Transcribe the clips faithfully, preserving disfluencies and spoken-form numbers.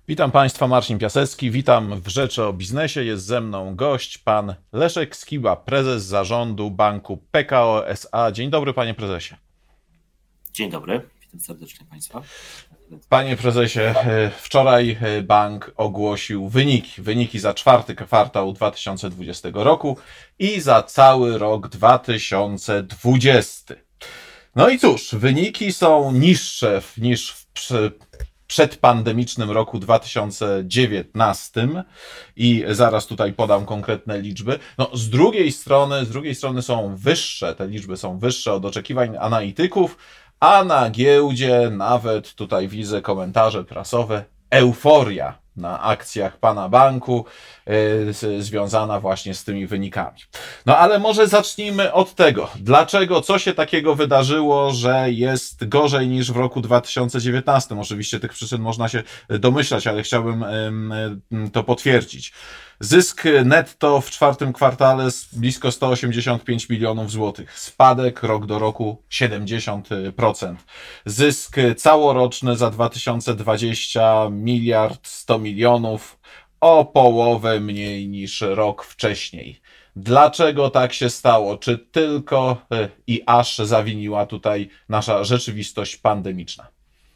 Witam Państwa, Marcin Piasecki, witam w Rzeczy o Biznesie. Jest ze mną gość, pan Leszek Skiba, prezes zarządu banku P K O S A. Dzień dobry, panie prezesie. Dzień dobry, witam serdecznie Państwa. Panie prezesie, wczoraj bank ogłosił wyniki, wyniki za czwarty kwartał dwa tysiące dwudziestego roku i za cały rok dwa tysiące dwudziesty. No i cóż, wyniki są niższe niż w przy przedpandemicznym roku dwa tysiące dziewiętnastym i zaraz tutaj podam konkretne liczby. No, z drugiej strony, z drugiej strony są wyższe, te liczby są wyższe od oczekiwań analityków, a na giełdzie nawet tutaj widzę komentarze prasowe, euforia na akcjach pana banku yy, związana właśnie z tymi wynikami. No ale może zacznijmy od tego. Dlaczego, co się takiego wydarzyło, że jest gorzej niż w roku dwa tysiące dziewiętnastym? Oczywiście tych przyczyn można się domyślać, ale chciałbym yy, to potwierdzić. Zysk netto w czwartym kwartale blisko sto osiemdziesiąt pięć milionów złotych. Spadek rok do roku siedemdziesiąt procent. Zysk całoroczny za dwa tysiące dwudziesty miliard sto milionów, o połowę mniej niż rok wcześniej. Dlaczego tak się stało? Czy tylko i aż zawiniła tutaj nasza rzeczywistość pandemiczna?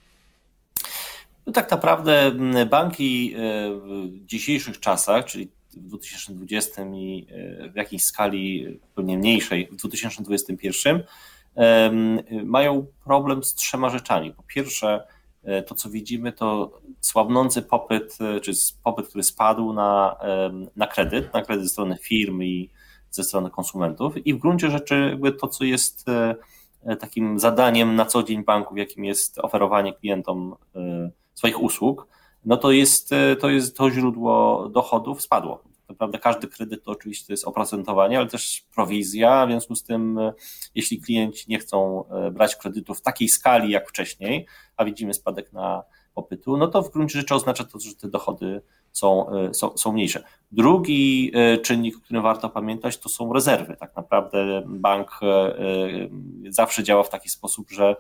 No tak naprawdę banki w dzisiejszych czasach, czyli w dwa tysiące dwudziestym i w jakiejś skali pewnie mniejszej w dwa tysiące dwudziestym pierwszym, mają problem z trzema rzeczami. Po pierwsze, to co widzimy, to słabnący popyt, czy popyt, który spadł na, na kredyt, na kredyt ze strony firm i ze strony konsumentów i w gruncie rzeczy jakby to, co jest takim zadaniem na co dzień banków, jakim jest oferowanie klientom swoich usług, no to jest to, jest to źródło dochodów spadło. Naprawdę każdy kredyt to oczywiście to jest oprocentowanie, ale też prowizja, w związku z tym jeśli klienci nie chcą brać kredytu w takiej skali jak wcześniej, a widzimy spadek na popytu, no to w gruncie rzeczy oznacza to, że te dochody są, są, są mniejsze. Drugi czynnik, o którym warto pamiętać, to są rezerwy. Tak naprawdę bank zawsze działa w taki sposób, że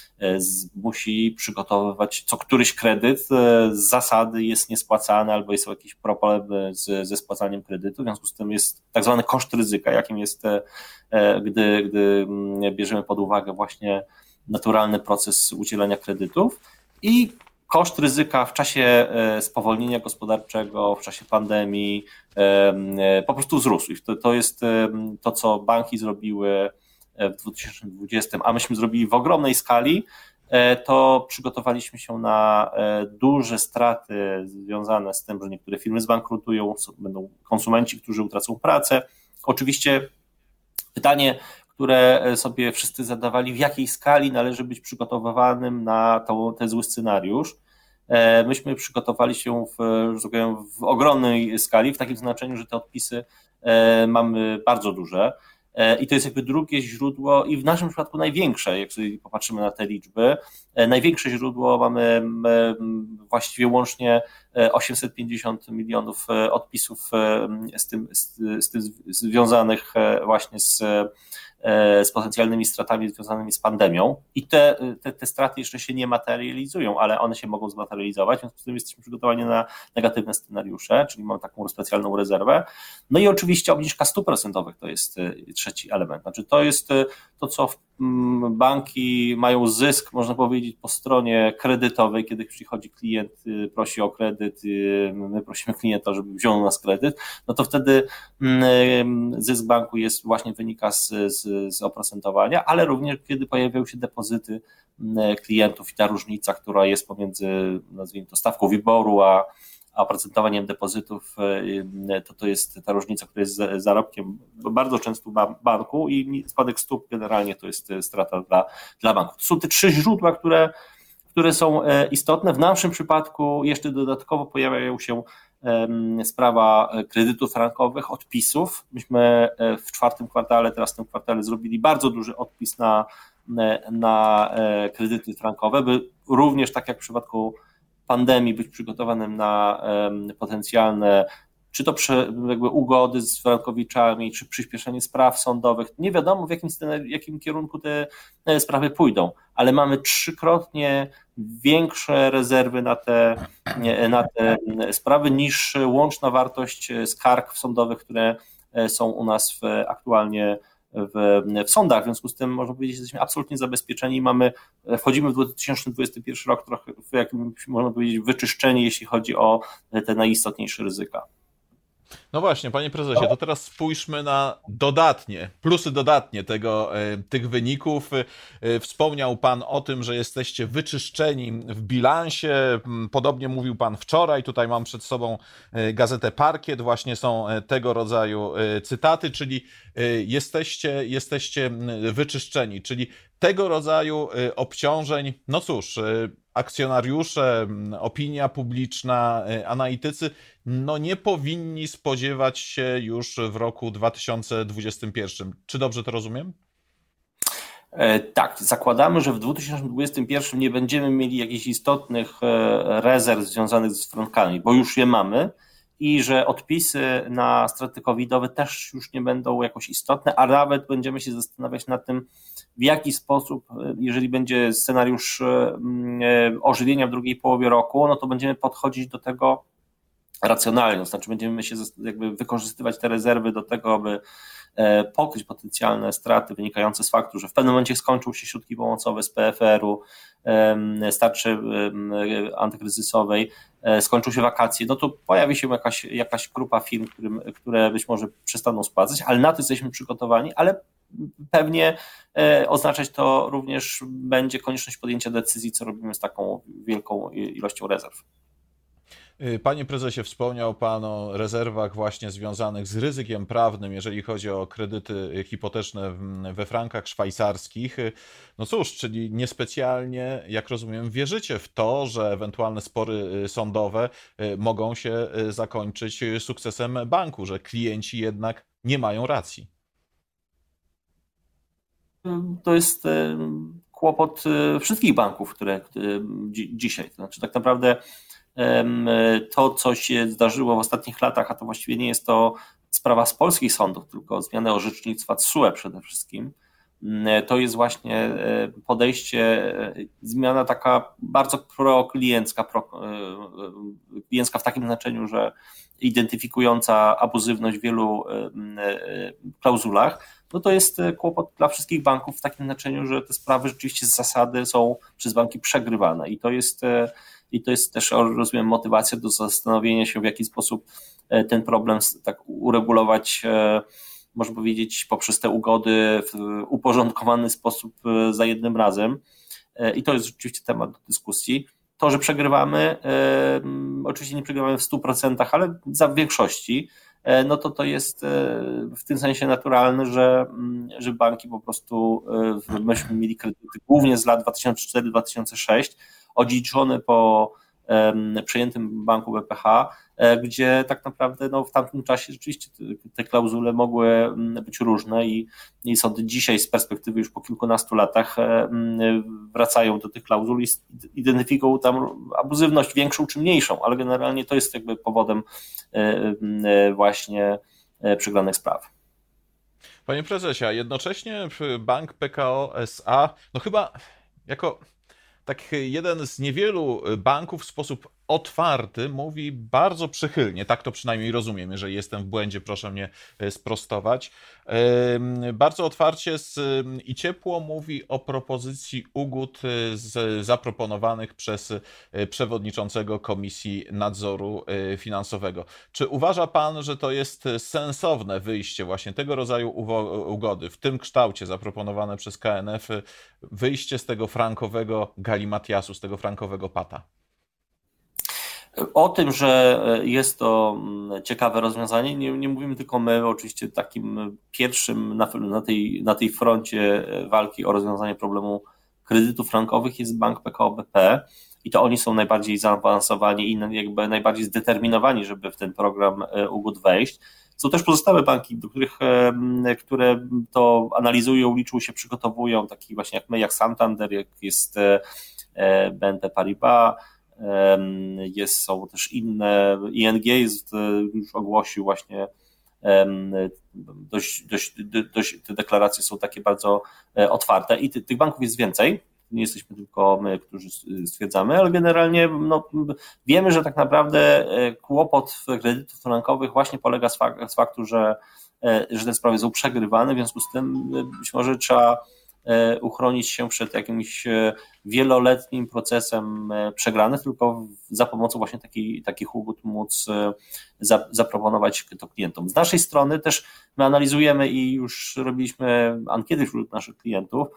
musi przygotowywać co któryś kredyt, z zasady jest niespłacany albo są jakieś problemy z, ze spłacaniem kredytu, w związku z tym jest tak zwany koszt ryzyka, jakim jest, gdy, gdy bierzemy pod uwagę właśnie naturalny proces udzielania kredytów i koszt ryzyka w czasie spowolnienia gospodarczego, w czasie pandemii po prostu wzrósł. I to, to jest to, co banki zrobiły w dwa tysiące dwudziestym, a myśmy zrobili w ogromnej skali, to przygotowaliśmy się na duże straty związane z tym, że niektóre firmy zbankrutują, będą konsumenci, którzy utracą pracę. Oczywiście pytanie, które sobie wszyscy zadawali, w jakiej skali należy być przygotowywanym na to, ten zły scenariusz. Myśmy przygotowali się w, że tak powiem, w ogromnej skali, w takim znaczeniu, że te odpisy mamy bardzo duże. I to jest jakby drugie źródło i w naszym przypadku największe, jak sobie popatrzymy na te liczby, największe źródło mamy właściwie łącznie osiemset pięćdziesiąt milionów odpisów z tym, z, z tym związanych właśnie z, z potencjalnymi stratami związanymi z pandemią i te, te, te straty jeszcze się nie materializują, ale one się mogą zmaterializować, w związku z tym jesteśmy przygotowani na negatywne scenariusze, czyli mamy taką specjalną rezerwę. No i oczywiście obniżka stóp procentowych to jest trzeci element. Znaczy to jest to, co banki mają zysk, można powiedzieć, po stronie kredytowej, kiedy przychodzi klient, prosi o kredyt, my prosimy klienta, żeby wziął u nas kredyt, no to wtedy zysk banku jest właśnie wynika z, z, z oprocentowania, ale również kiedy pojawiają się depozyty klientów i ta różnica, która jest pomiędzy, nazwijmy to, stawką WIBOR-u, a a oprocentowaniem depozytów to, to jest ta różnica, która jest zarobkiem bardzo często banku i spadek stóp generalnie to jest strata dla, dla banku. To są te trzy źródła, które, które są istotne. W naszym przypadku jeszcze dodatkowo pojawiają się sprawa kredytów frankowych, odpisów. Myśmy w czwartym kwartale, teraz w tym kwartale zrobili bardzo duży odpis na, na kredyty frankowe, by również tak jak w przypadku pandemii być przygotowanym na potencjalne czy to prze, jakby ugody z frankowiczami, czy przyspieszenie spraw sądowych. Nie wiadomo, w jakim, w jakim kierunku te sprawy pójdą, ale mamy trzykrotnie większe rezerwy na te, na te sprawy niż łączna wartość skarg sądowych, które są u nas w, aktualnie w, w sądach. W związku z tym można powiedzieć, że jesteśmy absolutnie zabezpieczeni. Mamy, wchodzimy w dwa tysiące dwudziesty pierwszy rok trochę w jakimś, można powiedzieć, wyczyszczeni, jeśli chodzi o te najistotniejsze ryzyka. No właśnie, panie prezesie, to teraz spójrzmy na dodatnie, plusy dodatnie tego, tych wyników. Wspomniał pan o tym, że jesteście wyczyszczeni w bilansie. Podobnie mówił pan wczoraj. Tutaj mam przed sobą gazetę Parkiet. Właśnie są tego rodzaju cytaty, czyli jesteście, jesteście wyczyszczeni, czyli tego rodzaju obciążeń, no cóż, akcjonariusze, opinia publiczna, analitycy, no nie powinni spodziewać się już w roku dwa tysiące dwudziestym pierwszym. Czy dobrze to rozumiem? Tak, zakładamy, że w dwa tysiące dwudziestym pierwszym nie będziemy mieli jakichś istotnych rezerw związanych z frankami, bo już je mamy i że odpisy na straty covidowe też już nie będą jakoś istotne, a nawet będziemy się zastanawiać nad tym, w jaki sposób, jeżeli będzie scenariusz ożywienia w drugiej połowie roku, no to będziemy podchodzić do tego racjonalnie, to znaczy będziemy się jakby wykorzystywać te rezerwy do tego, aby pokryć potencjalne straty wynikające z faktu, że w pewnym momencie skończą się środki pomocowe z P F R u, z tarczy antykryzysowej, skończą się wakacje, no to pojawi się jakaś, jakaś grupa firm, którym, które być może przestaną spłacać, ale na to jesteśmy przygotowani, ale pewnie oznaczać to również będzie konieczność podjęcia decyzji, co robimy z taką wielką ilością rezerw. Panie prezesie, wspomniał pan o rezerwach właśnie związanych z ryzykiem prawnym, jeżeli chodzi o kredyty hipoteczne we frankach szwajcarskich. No cóż, czyli niespecjalnie, jak rozumiem, wierzycie w to, że ewentualne spory sądowe mogą się zakończyć sukcesem banku, że klienci jednak nie mają racji. To jest kłopot wszystkich banków, które dzisiaj, to znaczy tak naprawdę to, co się zdarzyło w ostatnich latach, a to właściwie nie jest to sprawa z polskich sądów, tylko zmiana orzecznictwa T S U E przede wszystkim, to jest właśnie podejście, zmiana taka bardzo prokliencka, pro, kliencka w takim znaczeniu, że identyfikująca abuzywność w wielu klauzulach, no to jest kłopot dla wszystkich banków w takim znaczeniu, że te sprawy rzeczywiście z zasady są przez banki przegrywane i to jest I to jest też, rozumiem, motywacja do zastanowienia się, w jaki sposób ten problem tak uregulować, można powiedzieć, poprzez te ugody w uporządkowany sposób za jednym razem. I to jest rzeczywiście temat do dyskusji. To, że przegrywamy, oczywiście nie przegrywamy w stu procentach, ale za większości, no to to jest w tym sensie naturalne, że, że banki po prostu, myśmy mieli kredyty głównie z lat dwa tysiące czwarty do dwa tysiące szóstego, odziedziczone po um, przejętym banku B P H, e, gdzie tak naprawdę no, w tamtym czasie rzeczywiście te, te klauzule mogły być różne i, i sądy dzisiaj z perspektywy już po kilkunastu latach e, wracają do tych klauzul i identyfikują tam abuzywność większą czy mniejszą, ale generalnie to jest jakby powodem e, e, właśnie e, przegranych spraw. Panie prezesie, a jednocześnie bank P K O S A, no chyba jako tak jeden z niewielu banków w sposób otwarty mówi bardzo przychylnie, tak to przynajmniej rozumiem, jeżeli jestem w błędzie, proszę mnie sprostować, bardzo otwarcie z, i ciepło mówi o propozycji ugód z, zaproponowanych przez przewodniczącego Komisji Nadzoru Finansowego. Czy uważa pan, że to jest sensowne wyjście właśnie tego rodzaju ugody w tym kształcie zaproponowane przez K N F, wyjście z tego frankowego galimatiasu, z tego frankowego pata? O tym, że jest to ciekawe rozwiązanie, nie, nie mówimy tylko my, oczywiście takim pierwszym na, na, tej, na tej froncie walki o rozwiązanie problemu kredytów frankowych jest bank P K O B P i to oni są najbardziej zaawansowani i jakby najbardziej zdeterminowani, żeby w ten program ugód wejść. Są też pozostałe banki, do których, które to analizują, liczą się, przygotowują, takich właśnie jak my, jak Santander, jak jest B N P Paribas, jest, są też inne, I N G jest, już ogłosił właśnie dość, dość, dość, te deklaracje są takie bardzo otwarte i ty, tych banków jest więcej, nie jesteśmy tylko my, którzy stwierdzamy, ale generalnie no, wiemy, że tak naprawdę kłopot kredytów frankowych właśnie polega z, fak- z faktu, że, że te sprawy są przegrywane, w związku z tym być może trzeba uchronić się przed jakimś wieloletnim procesem przegranych, tylko za pomocą właśnie takich, takich ugód móc zaproponować to klientom. Z naszej strony też my analizujemy i już robiliśmy ankiety wśród naszych klientów.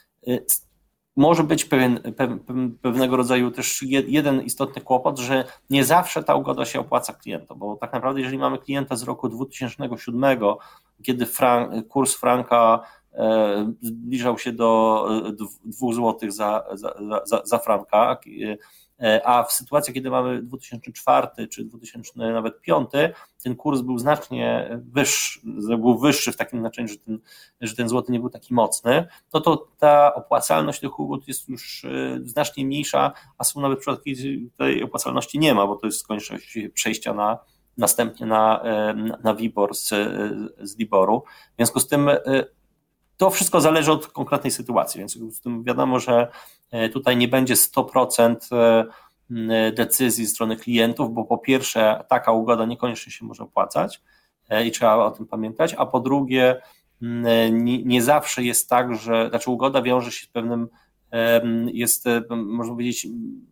Może być pewien, pewnego rodzaju też jeden istotny kłopot, że nie zawsze ta ugoda się opłaca klientom, bo tak naprawdę jeżeli mamy klienta z roku dwa tysiące siódmego, kiedy frank, kurs franka zbliżał się do dwóch złotych za, za, za, za franka, a w sytuacji, kiedy mamy dwa tysiące czwarty czy dwa tysiące nawet piąty, ten kurs był znacznie wyższy, był wyższy w takim znaczeniu, że ten, że ten złoty nie był taki mocny, no to ta opłacalność tych ugód jest już znacznie mniejsza, a są nawet przypadki, tej opłacalności nie ma, bo to jest konieczność przejścia na następnie na, na WIBOR z, z LIBOR-u. W związku z tym to wszystko zależy od konkretnej sytuacji, więc z tym wiadomo, że tutaj nie będzie sto procent decyzji ze strony klientów, bo po pierwsze taka ugoda niekoniecznie się może opłacać i trzeba o tym pamiętać, a po drugie nie, nie zawsze jest tak, że, znaczy ugoda wiąże się z pewnym, jest, można powiedzieć,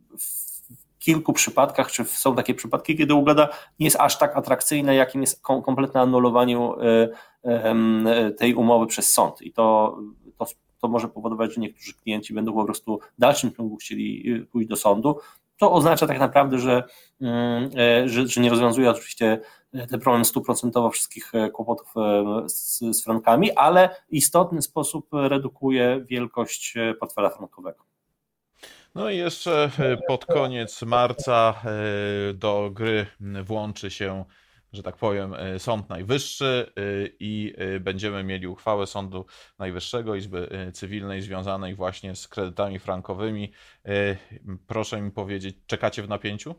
w kilku przypadkach, czy są takie przypadki, kiedy ugoda nie jest aż tak atrakcyjna, jakim jest kompletne anulowanie tej umowy przez sąd i to, to, to może powodować, że niektórzy klienci będą po prostu w dalszym ciągu chcieli pójść do sądu. To oznacza tak naprawdę, że, że, że nie rozwiązuje oczywiście ten problem stuprocentowo wszystkich kłopotów z, z frankami, ale w istotny sposób redukuje wielkość portfela frankowego. No i jeszcze pod koniec marca do gry włączy się, że tak powiem, Sąd Najwyższy i będziemy mieli uchwałę Sądu Najwyższego, Izby Cywilnej związanej właśnie z kredytami frankowymi. Proszę mi powiedzieć, czekacie w napięciu?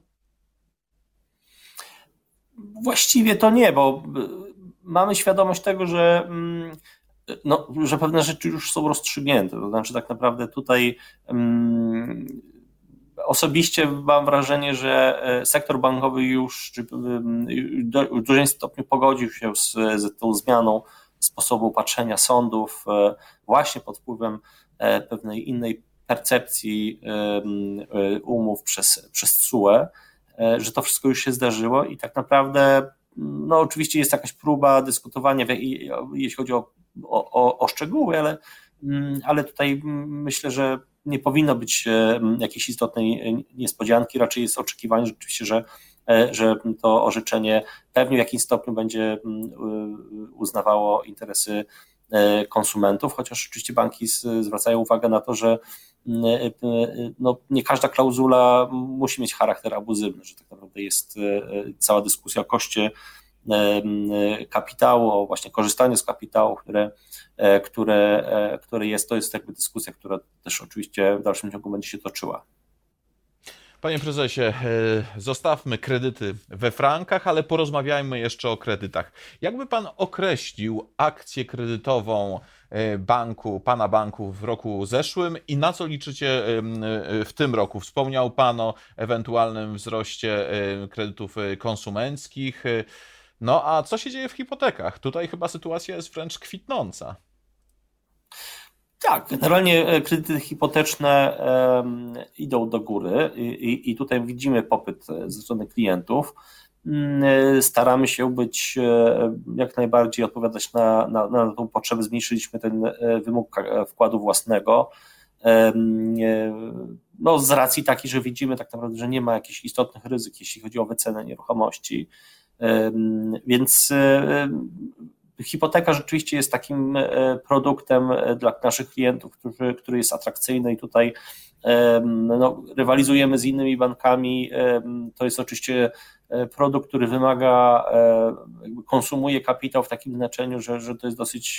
Właściwie to nie, bo mamy świadomość tego, że No, że pewne rzeczy już są rozstrzygnięte, to znaczy tak naprawdę tutaj um, osobiście mam wrażenie, że sektor bankowy już czy, um, do, w dużym stopniu pogodził się z, z tą zmianą sposobu patrzenia sądów e, właśnie pod wpływem e, pewnej innej percepcji e, umów przez, przez T S U E, e, że to wszystko już się zdarzyło i tak naprawdę no oczywiście jest jakaś próba dyskutowania, jeśli chodzi o O, o, o szczegóły, ale, ale tutaj myślę, że nie powinno być jakiejś istotnej niespodzianki, raczej jest oczekiwanie rzeczywiście, że, że to orzeczenie pewnie w jakimś stopniu będzie uznawało interesy konsumentów, chociaż oczywiście banki zwracają uwagę na to, że no, nie każda klauzula musi mieć charakter abuzywny, że tak naprawdę jest cała dyskusja o koszcie kapitału, o właśnie korzystaniu z kapitału, które, które, które jest, to jest jakby dyskusja, która też oczywiście w dalszym ciągu będzie się toczyła. Panie prezesie, zostawmy kredyty we frankach, ale porozmawiajmy jeszcze o kredytach. Jakby pan określił akcję kredytową banku, pana banku w roku zeszłym i na co liczycie w tym roku? Wspomniał pan o ewentualnym wzroście kredytów konsumenckich. No a co się dzieje w hipotekach? Tutaj chyba sytuacja jest wręcz kwitnąca. Tak, generalnie kredyty hipoteczne um, idą do góry i, i tutaj widzimy popyt ze strony klientów. Staramy się być jak najbardziej odpowiadać na, na, na tą potrzebę. Zmniejszyliśmy ten wymóg wkładu własnego. No, z racji takiej, że widzimy tak naprawdę, że nie ma jakichś istotnych ryzyk, jeśli chodzi o wycenę nieruchomości. Więc hipoteka rzeczywiście jest takim produktem dla naszych klientów, który, który jest atrakcyjny i tutaj no, rywalizujemy z innymi bankami. To jest oczywiście produkt, który wymaga, jakby konsumuje kapitał w takim znaczeniu, że, że to jest dosyć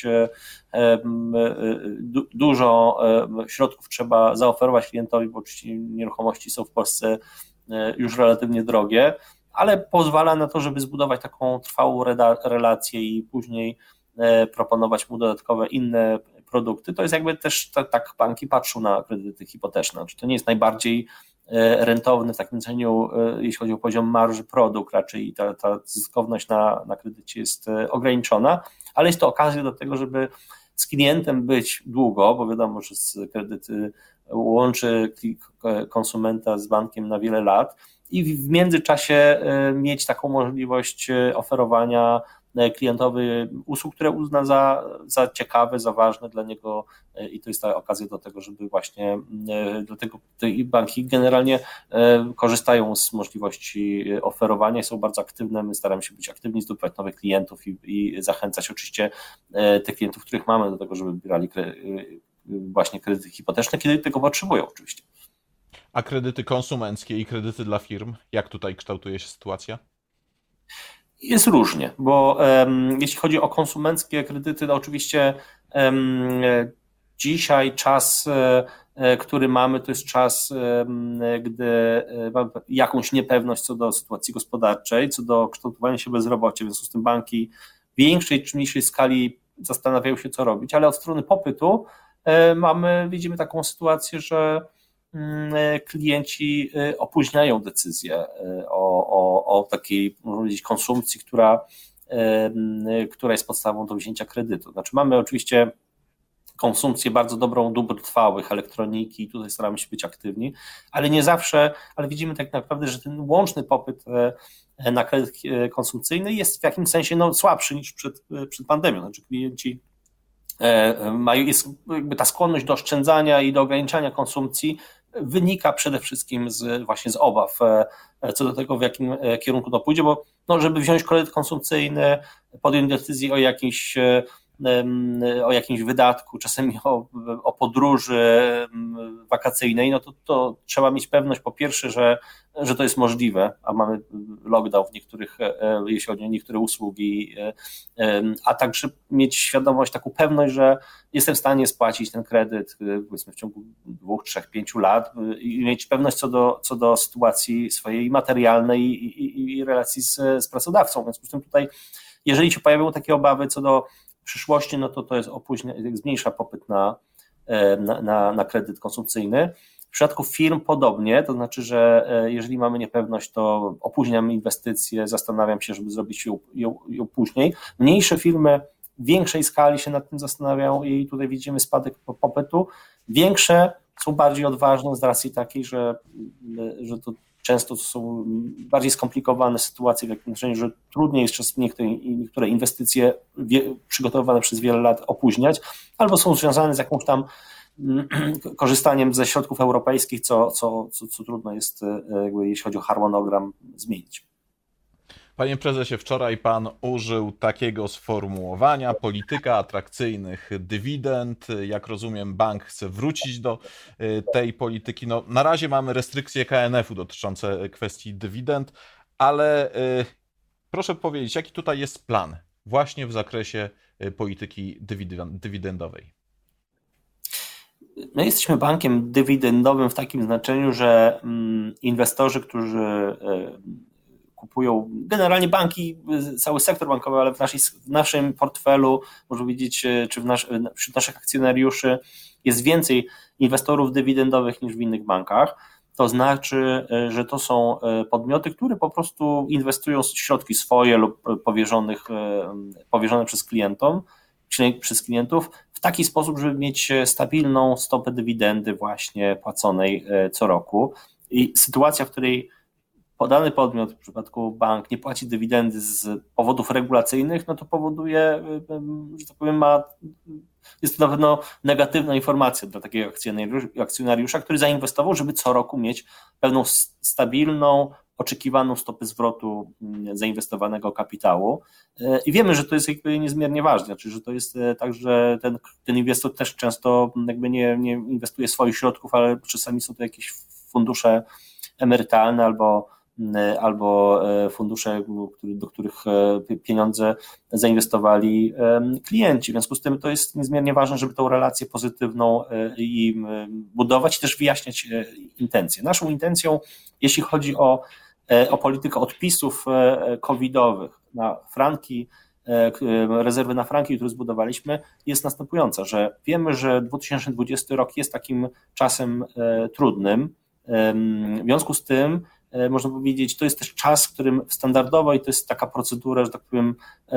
du, dużo środków trzeba zaoferować klientowi, bo oczywiście nieruchomości są w Polsce już relatywnie drogie, ale pozwala na to, żeby zbudować taką trwałą relację i później proponować mu dodatkowe inne produkty. To jest jakby też tak, tak banki patrzą na kredyty hipoteczne. Czy to nie jest najbardziej rentowny w takim znaczeniu, jeśli chodzi o poziom marży, produkt, raczej ta, ta zyskowność na, na kredycie jest ograniczona, ale jest to okazja do tego, żeby z klientem być długo, bo wiadomo, że kredyty łączy konsumenta z bankiem na wiele lat i w międzyczasie mieć taką możliwość oferowania klientowi usług, które uzna za, za ciekawe, za ważne dla niego i to jest ta okazja do tego, żeby właśnie dlatego te banki generalnie korzystają z możliwości oferowania, są bardzo aktywne, my staramy się być aktywni, zdobywać nowych klientów i, i zachęcać oczywiście tych klientów, których mamy do tego, żeby brali właśnie kredyty hipoteczne, kiedy tego potrzebują oczywiście. A kredyty konsumenckie i kredyty dla firm, jak tutaj kształtuje się sytuacja? Jest różnie, bo um, jeśli chodzi o konsumenckie kredyty, to oczywiście um, dzisiaj czas, um, który mamy, to jest czas, um, gdy mamy jakąś niepewność co do sytuacji gospodarczej, co do kształtowania się bezrobocia, w związku z tym banki w większej czy mniejszej skali zastanawiają się, co robić, ale od strony popytu um, mamy, widzimy taką sytuację, że klienci opóźniają decyzję o, o, o takiej, można powiedzieć, konsumpcji, która, która jest podstawą do wzięcia kredytu. Znaczy mamy oczywiście konsumpcję bardzo dobrą dóbr trwałych, elektroniki i tutaj staramy się być aktywni, ale nie zawsze, ale widzimy tak naprawdę, że ten łączny popyt na kredyt konsumpcyjny jest w jakimś sensie no, słabszy niż przed, przed pandemią. Znaczy klienci mają, jest jakby ta skłonność do oszczędzania i do ograniczania konsumpcji wynika przede wszystkim z, właśnie z obaw co do tego, w jakim kierunku to pójdzie, bo no, żeby wziąć kredyt konsumpcyjny, podjąć decyzję o jakiejś o jakimś wydatku, czasami o, o podróży wakacyjnej, no to, to trzeba mieć pewność po pierwsze, że, że to jest możliwe, a mamy lockdown w niektórych, jeśli chodzi o niektóre usługi, a także mieć świadomość, taką pewność, że jestem w stanie spłacić ten kredyt powiedzmy w ciągu dwóch, trzech, pięciu lat i mieć pewność co do, co do sytuacji swojej materialnej i, i, i relacji z, z pracodawcą. Więc w tym tutaj, jeżeli się pojawią takie obawy co do przyszłości, no to to jest opóźnia, zmniejsza popyt na, na, na, na kredyt konsumpcyjny. W przypadku firm podobnie, to znaczy, że jeżeli mamy niepewność, to opóźniam inwestycje, zastanawiam się, żeby zrobić ją, ją, ją później. Mniejsze firmy w większej skali się nad tym zastanawiają i tutaj widzimy spadek popytu. Większe są bardziej odważne z racji takiej, że, że to często to są bardziej skomplikowane sytuacje, w jakim znaczeniu, że trudniej jest czasem niektóre, niektóre inwestycje wie, przygotowane przez wiele lat opóźniać, albo są związane z jakąś tam korzystaniem ze środków europejskich, co, co, co, co trudno jest, jakby, jeśli chodzi o harmonogram, zmienić. Panie prezesie, wczoraj pan użył takiego sformułowania: polityka atrakcyjnych dywidend. Jak rozumiem, bank chce wrócić do tej polityki. No, na razie mamy restrykcje K N F u dotyczące kwestii dywidend, ale proszę powiedzieć, jaki tutaj jest plan właśnie w zakresie polityki dywidendowej? My jesteśmy bankiem dywidendowym w takim znaczeniu, że inwestorzy, którzy kupują generalnie banki, cały sektor bankowy, ale w, naszej, w naszym portfelu, można powiedzieć, czy w nasz, wśród naszych akcjonariuszy jest więcej inwestorów dywidendowych niż w innych bankach. To znaczy, że to są podmioty, które po prostu inwestują środki swoje lub powierzonych, powierzone przez klientom, przez klientów w taki sposób, żeby mieć stabilną stopę dywidendy właśnie płaconej co roku. I sytuacja, w której dany podmiot, w przypadku bank, nie płaci dywidendy z powodów regulacyjnych, no to powoduje, że tak powiem, ma, jest to na pewno negatywna informacja dla takiego akcjonariusza, który zainwestował, żeby co roku mieć pewną stabilną, oczekiwaną stopę zwrotu zainwestowanego kapitału. I wiemy, że to jest jakby niezmiernie ważne, znaczy, że to jest tak, że ten, ten inwestor też często jakby nie, nie inwestuje swoich środków, ale czasami są to jakieś fundusze emerytalne albo albo fundusze, do których pieniądze zainwestowali klienci. W związku z tym to jest niezmiernie ważne, żeby tą relację pozytywną im budować i też wyjaśniać intencje. Naszą intencją Jeśli chodzi o, o politykę odpisów covidowych na franki, rezerwy na franki, które zbudowaliśmy, jest następująca, że wiemy, że dwa tysiące dwudziesty rok jest takim czasem trudnym. W związku z tym można powiedzieć, to jest też czas, w którym standardowo, i to jest taka procedura, że tak powiem,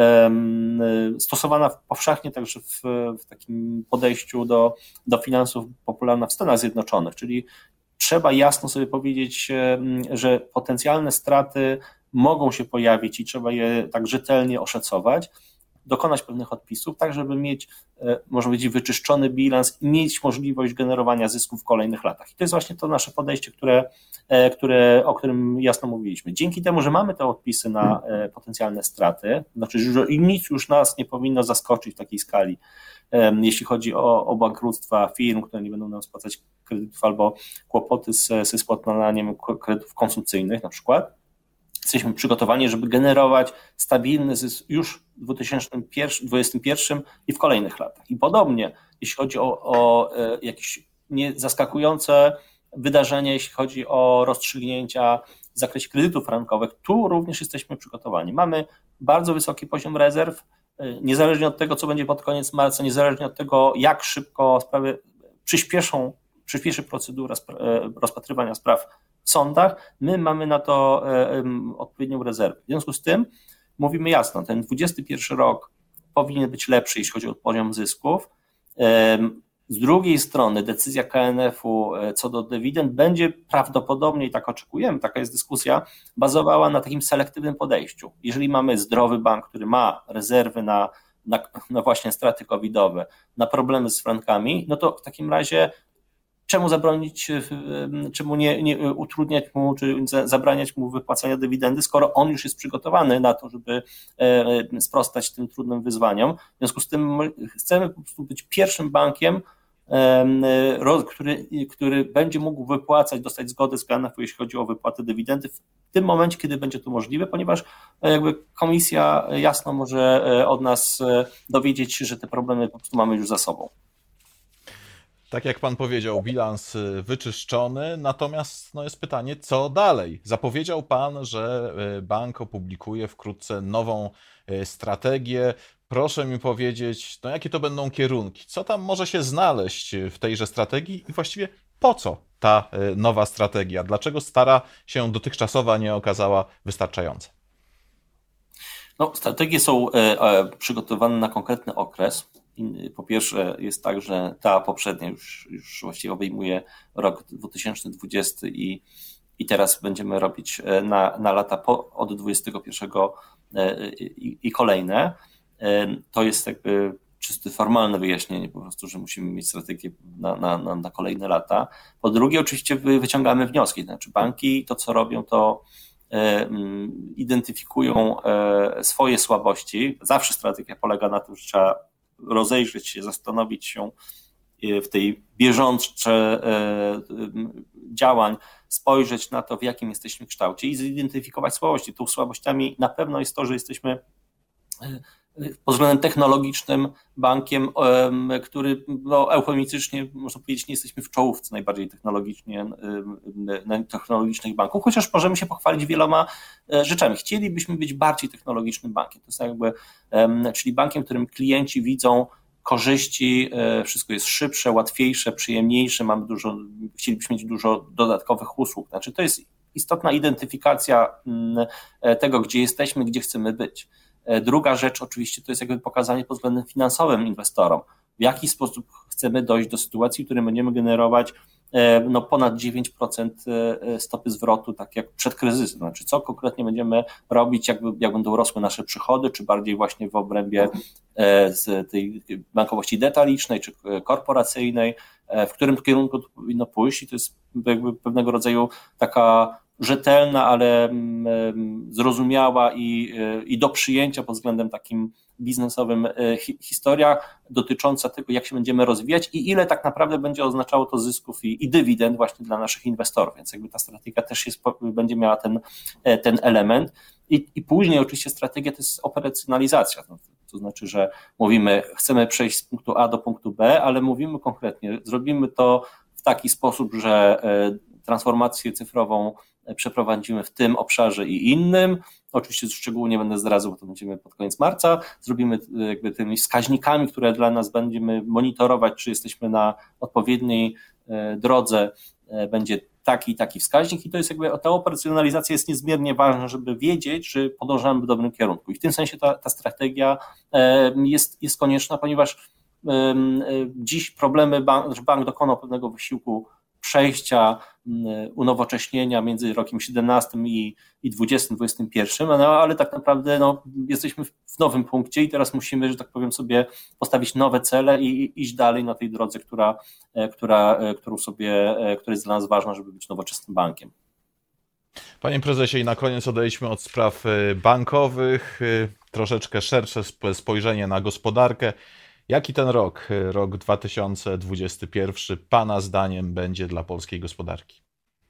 stosowana powszechnie także w, w takim podejściu do, do finansów, popularna w Stanach Zjednoczonych, czyli trzeba jasno sobie powiedzieć, że potencjalne straty mogą się pojawić i trzeba je tak rzetelnie oszacować, dokonać pewnych odpisów, tak żeby mieć, można powiedzieć, wyczyszczony bilans i mieć możliwość generowania zysków w kolejnych latach. I to jest właśnie to nasze podejście, które, które, o którym jasno mówiliśmy. Dzięki temu, że mamy te odpisy na potencjalne straty, znaczy, że nic już nas nie powinno zaskoczyć w takiej skali, jeśli chodzi o, o bankructwa firm, które nie będą nam spłacać kredytów albo kłopoty z, ze spłacaniem kredytów konsumpcyjnych na przykład, jesteśmy przygotowani, żeby generować stabilny zysk już w dwa tysiące dwudziestym pierwszym i w kolejnych latach. I podobnie, jeśli chodzi o, o jakieś zaskakujące wydarzenia, jeśli chodzi o rozstrzygnięcia w zakresie kredytów frankowych, tu również jesteśmy przygotowani. Mamy bardzo wysoki poziom rezerw, niezależnie od tego, co będzie pod koniec marca, niezależnie od tego, jak szybko sprawy przyspieszą, przyspieszy procedura rozpatrywania spraw w sądach, my mamy na to odpowiednią rezerwę. W związku z tym mówimy jasno, ten dwudziesty pierwszy rok powinien być lepszy, jeśli chodzi o poziom zysków. Z drugiej strony decyzja K N F-u co do dywidend będzie prawdopodobnie, i tak oczekujemy, taka jest dyskusja, bazowała na takim selektywnym podejściu. Jeżeli mamy zdrowy bank, który ma rezerwy na, na, na właśnie straty covidowe, na problemy z frankami, no to w takim razie czemu zabronić, czemu nie, nie utrudniać mu, czy zabraniać mu wypłacania dywidendy, skoro on już jest przygotowany na to, żeby sprostać tym trudnym wyzwaniom. W związku z tym chcemy po prostu być pierwszym bankiem, który, który będzie mógł wypłacać, dostać zgodę z K N F-u, jeśli chodzi o wypłatę dywidendy w tym momencie, kiedy będzie to możliwe, ponieważ jakby komisja jasno może od nas dowiedzieć się, że te problemy po prostu mamy już za sobą. Tak jak pan powiedział, bilans wyczyszczony, natomiast no jest pytanie, co dalej? Zapowiedział pan, że bank opublikuje wkrótce nową strategię. Proszę mi powiedzieć, no jakie to będą kierunki? Co tam może się znaleźć w tejże strategii i właściwie po co ta nowa strategia? Dlaczego stara się dotychczasowa nie okazała wystarczająca? No, strategie są przygotowane na konkretny okres. Po pierwsze jest tak, że ta poprzednia już, już właściwie obejmuje rok dwa tysiące dwudziesty i, i teraz będziemy robić na, na lata po, od dwudziestego pierwszego i, i kolejne. To jest jakby czyste formalne wyjaśnienie po prostu, że musimy mieć strategię na, na, na, na kolejne lata. Po drugie oczywiście wyciągamy wnioski, znaczy banki to co robią to identyfikują swoje słabości. Zawsze strategia polega na tym, że trzeba rozejrzeć się, zastanowić się w tej bieżączce działań, spojrzeć na to, w jakim jesteśmy kształcie i zidentyfikować słabości. Tą słabościami na pewno jest to, że jesteśmy pod względem technologicznym bankiem, który no, eufemistycznie, można powiedzieć, nie jesteśmy w czołówce najbardziej technologicznie, technologicznych banków, chociaż możemy się pochwalić wieloma rzeczami. Chcielibyśmy być bardziej technologicznym bankiem, to jest jakby, czyli bankiem, w którym klienci widzą korzyści, wszystko jest szybsze, łatwiejsze, przyjemniejsze, mamy dużo, chcielibyśmy mieć dużo dodatkowych usług. Znaczy to jest istotna identyfikacja tego, gdzie jesteśmy, gdzie chcemy być. Druga rzecz oczywiście to jest jakby pokazanie pod względem finansowym inwestorom, w jaki sposób chcemy dojść do sytuacji, w której będziemy generować no, ponad dziewięć procent stopy zwrotu, tak jak przed kryzysem. Znaczy co konkretnie będziemy robić, jak, jak będą rosły nasze przychody, czy bardziej właśnie w obrębie z tej bankowości detalicznej, czy korporacyjnej, w którym kierunku to powinno pójść i to jest jakby pewnego rodzaju taka rzetelna, ale zrozumiała i, i do przyjęcia pod względem takim biznesowym hi, historia dotycząca tego, jak się będziemy rozwijać i ile tak naprawdę będzie oznaczało to zysków i, i dywidend właśnie dla naszych inwestorów, więc jakby ta strategia też jest, będzie miała ten, ten element i, i później oczywiście strategia to jest operacjonalizacja, no, to znaczy, że mówimy, chcemy przejść z punktu A do punktu B, ale mówimy konkretnie, zrobimy to w taki sposób, że transformację cyfrową przeprowadzimy w tym obszarze i innym. Oczywiście szczegółu nie będę zdradzał, bo to będziemy pod koniec marca. Zrobimy jakby tymi wskaźnikami, które dla nas będziemy monitorować, czy jesteśmy na odpowiedniej drodze, będzie taki i taki wskaźnik i to jest jakby, ta operacjonalizacja jest niezmiernie ważna, żeby wiedzieć, że podążamy w dobrym kierunku i w tym sensie ta, ta strategia jest, jest konieczna, ponieważ dziś problemy, bank, bank dokonał pewnego wysiłku przejścia, unowocześnienia między rokiem siedemnastym i, i dwudziestym, dwudziestym pierwszym, no, ale tak naprawdę no, jesteśmy w nowym punkcie i teraz musimy, że tak powiem, sobie postawić nowe cele i iść dalej na tej drodze, która, która, którą sobie, która jest dla nas ważna, żeby być nowoczesnym bankiem. Panie prezesie, i na koniec odejdźmy od spraw bankowych, troszeczkę szersze spojrzenie na gospodarkę. Jaki ten rok, rok dwa tysiące dwudziesty pierwszy, Pana zdaniem będzie dla polskiej gospodarki?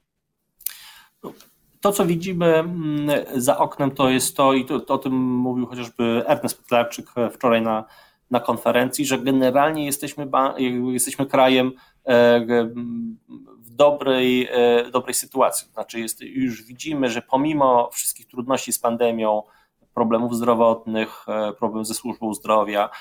To, co widzimy za oknem, to jest to, i to, to o tym mówił chociażby Ernest Pytlarczyk wczoraj na, na konferencji, że generalnie jesteśmy, jesteśmy krajem w dobrej, dobrej sytuacji. Znaczy jest, już widzimy, że pomimo wszystkich trudności z pandemią, problemów zdrowotnych, problem ze służbą zdrowia,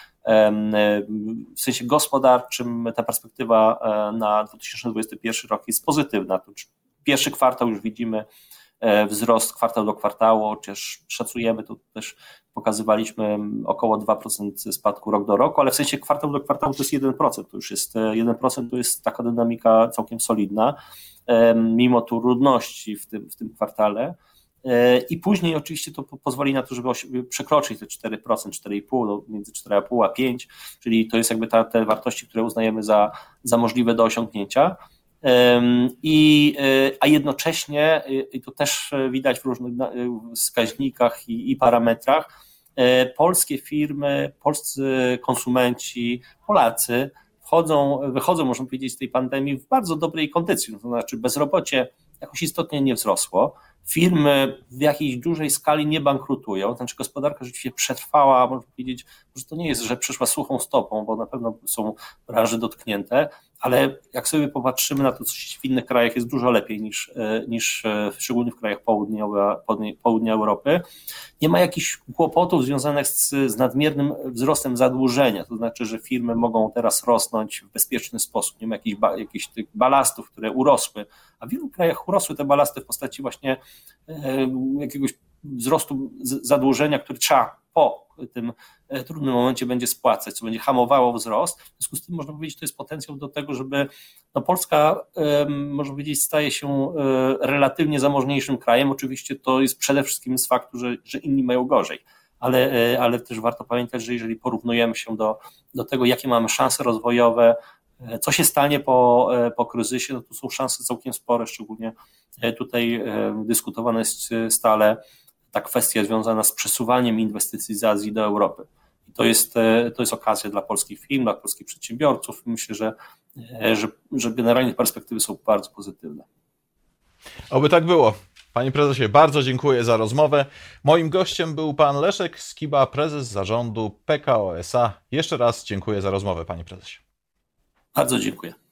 w sensie gospodarczym ta perspektywa na dwa tysiące dwudziesty pierwszy rok jest pozytywna. Pierwszy kwartał już widzimy wzrost kwartał do kwartału, chociaż szacujemy, tu też pokazywaliśmy około dwa procent spadku rok do roku, ale w sensie kwartał do kwartału to jest jeden procent, to już jest jeden procent, to jest taka dynamika całkiem solidna, mimo trudności w tym, w tym kwartale. I później oczywiście to pozwoli na to, żeby przekroczyć te cztery procent, cztery i pół procent, między cztery i pół a pięć procent, czyli to jest jakby ta, te wartości, które uznajemy za, za możliwe do osiągnięcia. I, a jednocześnie, i to też widać w różnych wskaźnikach i, i parametrach, polskie firmy, polscy konsumenci, Polacy wchodzą, wychodzą, można powiedzieć, z tej pandemii w bardzo dobrej kondycji, to znaczy bezrobocie jakoś istotnie nie wzrosło. Firmy w jakiejś dużej skali nie bankrutują, znaczy gospodarka rzeczywiście przetrwała, można powiedzieć, że to nie jest, że przeszła suchą stopą, bo na pewno są branże dotknięte, ale jak sobie popatrzymy na to, co się w innych krajach jest dużo lepiej niż, niż szczególnie w krajach południa, południa Europy, nie ma jakichś kłopotów związanych z, z nadmiernym wzrostem zadłużenia, to znaczy, że firmy mogą teraz rosnąć w bezpieczny sposób, nie ma jakichś, ba, jakichś tych balastów, które urosły, a w wielu krajach urosły te balasty w postaci właśnie e, jakiegoś wzrostu zadłużenia, który trzeba po tym trudnym momencie będzie spłacać, co będzie hamowało wzrost. W związku z tym można powiedzieć, że to jest potencjał do tego, żeby no Polska, można powiedzieć, staje się relatywnie zamożniejszym krajem. Oczywiście to jest przede wszystkim z faktu, że, że inni mają gorzej, ale, ale też warto pamiętać, że jeżeli porównujemy się do, do tego, jakie mamy szanse rozwojowe, co się stanie po, po kryzysie, no to są szanse całkiem spore, szczególnie tutaj dyskutowane jest stale ta kwestia związana z przesuwaniem inwestycji z Azji do Europy. I to jest, to jest okazja dla polskich firm, dla polskich przedsiębiorców. Myślę, że, że, że generalnie perspektywy są bardzo pozytywne. Oby tak było. Panie prezesie, bardzo dziękuję za rozmowę. Moim gościem był pan Leszek Skiba, prezes zarządu P K O S A. Jeszcze raz dziękuję za rozmowę, panie prezesie. Bardzo dziękuję.